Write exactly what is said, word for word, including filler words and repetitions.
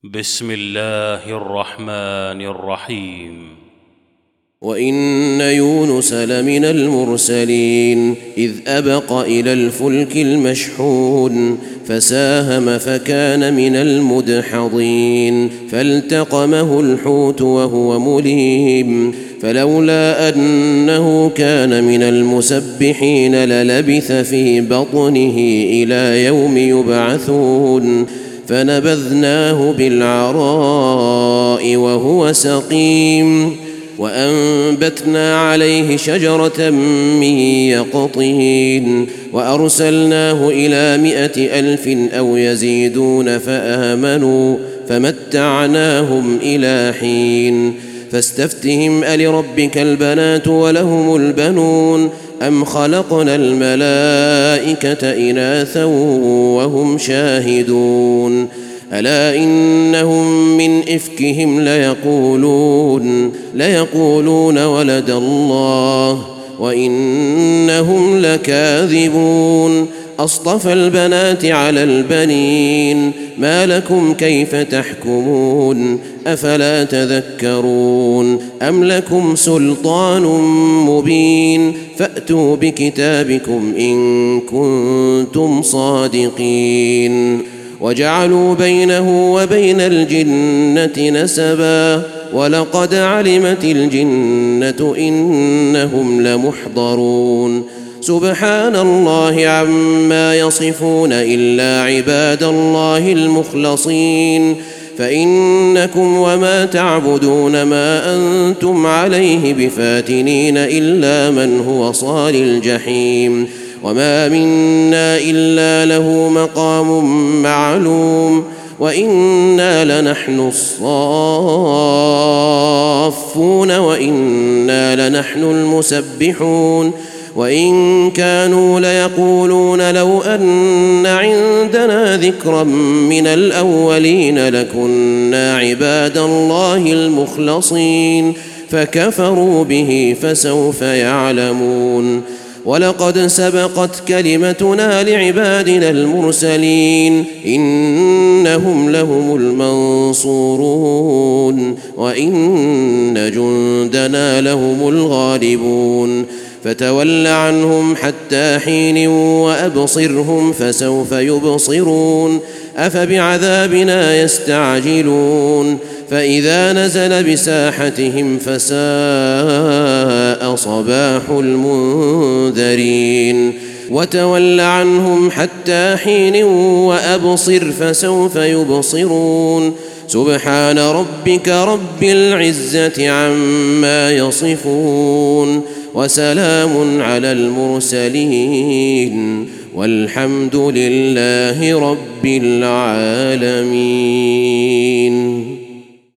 بسم الله الرحمن الرحيم. وإن يونس لمن المرسلين إذ أبق إلى الفلك المشحون فساهم فكان من المدحضين فالتقمه الحوت وهو مليم فلولا أنه كان من المسبحين للبث في بطنه إلى يوم يبعثون فنبذناه بالعراء وهو سقيم وأنبتنا عليه شجرة من يقطين وأرسلناه إلى مائة ألف أو يزيدون فآمنوا فمتعناهم إلى حين فاستفتهم ألربك البنات ولهم البنون أم خلقنا الملائكة إناثا وهم شاهدون ألا إنهم من إفكهم ليقولون ليقولون ولد الله وإنهم لكاذبون أصطفى البنات على البنين ما لكم كيف تحكمون أفلا تذكرون أم لكم سلطان مبين فأتوا بكتابكم إن كنتم صادقين وجعلوا بينه وبين الجنة نسبا ولقد علمت الجنة إنهم لمحضرون سبحان الله عما يصفون إلا عباد الله المخلصين فإنكم وما تعبدون ما أنتم عليه بفاتنين إلا من هو صال الجحيم وما منا إلا له مقام معلوم وإنا لنحن الصافون وإنا لنحن المسبحون وإن كانوا ليقولون لو أن عندنا ذكرا من الأولين لكنا عباد الله المخلصين فكفروا به فسوف يعلمون ولقد سبقت كلمتنا لعبادنا المرسلين إنهم لهم المنصورون وإن جندنا لهم الغالبون فتول عنهم حتى حين وأبصرهم فسوف يبصرون أفبعذابنا يستعجلون فإذا نزل بساحتهم فساء صباح المنذرين وتول عنهم حتى حين وأبصر فسوف يبصرون سبحان ربك رب العزة عما يصفون وسلام على المرسلين والحمد لله رب العالمين.